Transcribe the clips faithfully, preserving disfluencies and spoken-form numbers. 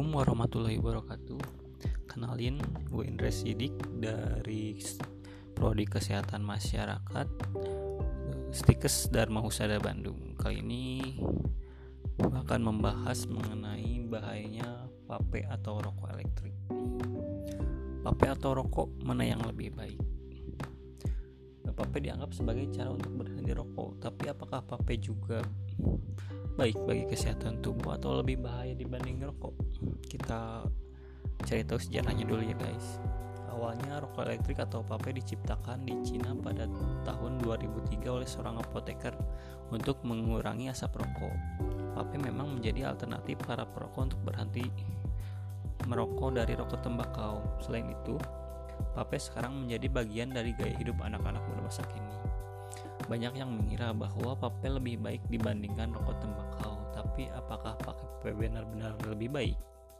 Assalamualaikum warahmatullahi wabarakatuh. Kenalin, gue Indra Sidik dari Prodi Kesehatan Masyarakat Stikes Dharma Husada Bandung. Kali ini gue akan membahas mengenai bahayanya vape atau rokok elektrik. Vape atau rokok mana yang lebih baik? Vape dianggap sebagai cara untuk berhenti rokok, tapi apakah vape juga baik bagi kesehatan tubuh atau lebih bahaya dibanding rokok? Kita cari tahu sejarahnya dulu ya guys. Awalnya rokok elektrik atau vape diciptakan di Cina pada tahun dua ribu tiga oleh seorang apoteker untuk mengurangi asap rokok. Vape memang menjadi alternatif para perokok untuk berhenti merokok dari rokok tembakau. Selain itu, vape sekarang menjadi bagian dari gaya hidup anak-anak muda masa kini. Banyak yang mengira bahwa vape lebih baik dibandingkan rokok tembakau, tapi apakah vape benar-benar lebih baik?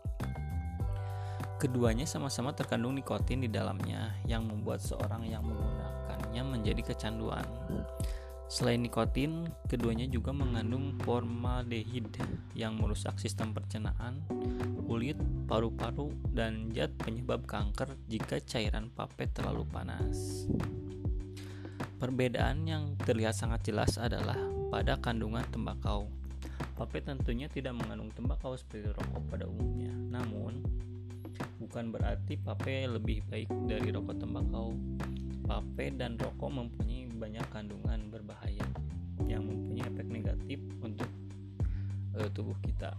Keduanya sama-sama terkandung nikotin di dalamnya yang membuat seorang yang menggunakannya menjadi kecanduan. Selain nikotin, keduanya juga mengandung formaldehid yang merusak sistem pencernaan, kulit, paru-paru, dan zat penyebab kanker jika cairan vape terlalu panas. Perbedaan yang terlihat sangat jelas adalah pada kandungan tembakau. Vape tentunya tidak mengandung tembakau seperti rokok pada umumnya. Namun, bukan berarti vape lebih baik dari rokok tembakau. Vape dan rokok mempunyai banyak kandungan berbahaya yang mempunyai efek negatif untuk uh, tubuh kita.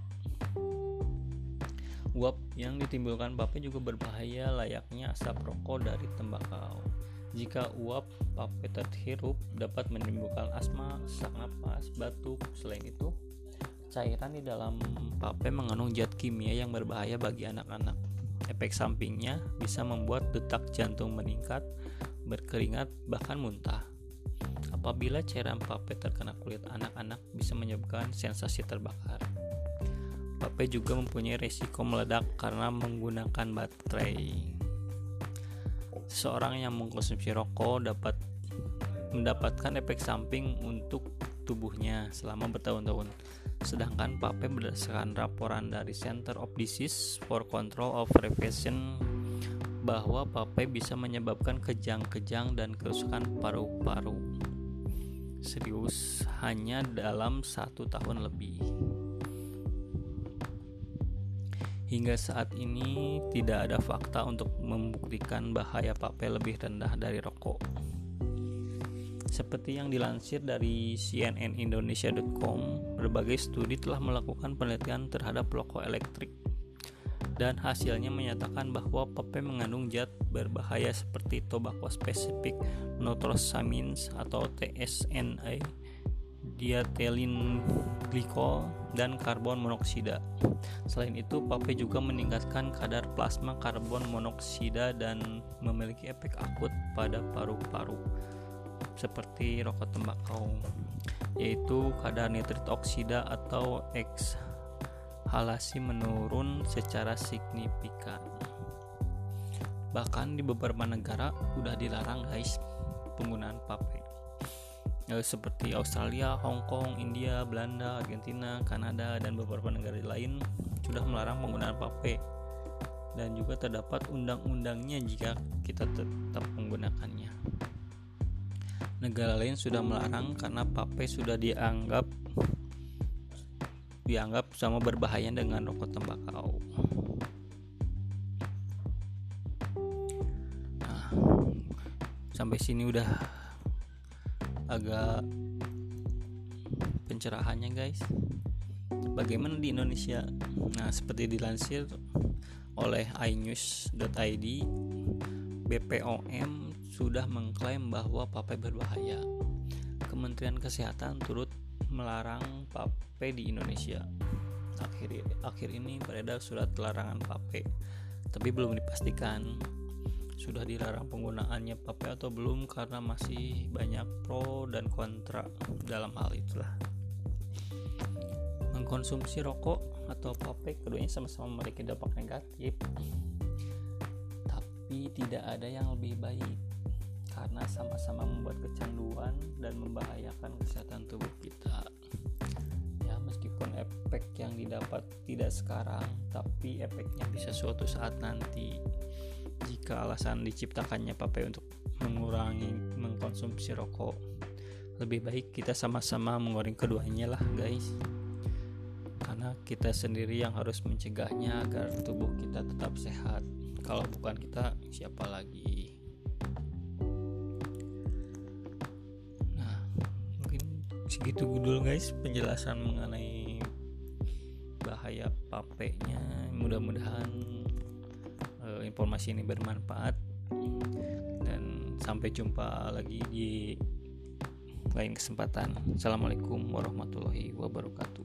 Uap yang ditimbulkan vape juga berbahaya layaknya asap rokok dari tembakau. Jika uap vape terhirup dapat menimbulkan asma, sesak napas, batuk. Selain itu, cairan di dalam vape mengandung zat kimia yang berbahaya bagi anak-anak. Efek sampingnya bisa membuat detak jantung meningkat, berkeringat, bahkan muntah. Apabila cairan vape terkena kulit anak-anak bisa menyebabkan sensasi terbakar. Vape juga mempunyai risiko meledak karena menggunakan baterai. Seseorang yang mengkonsumsi rokok dapat mendapatkan efek samping untuk tubuhnya selama bertahun-tahun. Sedangkan vape berdasarkan laporan dari Center of Disease for Control of Prevention bahwa vape bisa menyebabkan kejang-kejang dan kerusakan paru-paru serius hanya dalam satu tahun lebih. Hingga saat ini tidak ada fakta untuk membuktikan bahaya vape lebih rendah dari rokok. Seperti yang dilansir dari C N N Indonesia dot com, berbagai studi telah melakukan penelitian terhadap rokok elektrik dan hasilnya menyatakan bahwa vape mengandung zat berbahaya seperti tobacco specific nitrosamines atau T S N A, diethylene glycol, dan karbon monoksida. Selain itu, vape juga meningkatkan kadar plasma karbon monoksida dan memiliki efek akut pada paru-paru seperti rokok tembakau, yaitu kadar nitrit oksida atau ekshalasi menurun secara signifikan. Bahkan di beberapa negara udah dilarang guys penggunaan vape, seperti Australia, Hong Kong, India, Belanda, Argentina, Kanada, dan beberapa negara lain sudah melarang penggunaan vape, dan juga terdapat undang-undangnya jika kita tetap menggunakannya. Negara lain sudah melarang karena vape sudah dianggap dianggap sama berbahaya dengan rokok tembakau. Nah, sampai sini udah agak pencerahannya guys. Bagaimana di Indonesia? Nah, seperti dilansir oleh i news dot i d, B P O M sudah mengklaim bahwa vape berbahaya. Kementerian Kesehatan turut melarang vape di Indonesia. Akhir akhir ini beredar surat larangan vape, tapi belum dipastikan sudah dilarang penggunaannya vape atau belum karena masih banyak pro dan kontra dalam hal itulah. Mengkonsumsi rokok atau vape keduanya sama-sama memiliki dampak negatif, tapi tidak ada yang lebih baik karena sama-sama membuat kecanduan dan membahayakan kesehatan tubuh kita. Ya, meskipun efek yang didapat tidak sekarang, tapi efeknya bisa suatu saat nanti. Jika alasan diciptakannya vape untuk mengurangi mengkonsumsi rokok, lebih baik kita sama-sama mengurangi keduanya lah guys, karena kita sendiri yang harus mencegahnya agar tubuh kita tetap sehat. Kalau bukan kita, siapa lagi? Nah, mungkin segitu dulu guys penjelasan mengenai bahaya vape-nya. Mudah-mudahan uh, informasi ini bermanfaat, dan sampai jumpa lagi di lain kesempatan. Assalamualaikum warahmatullahi wabarakatuh.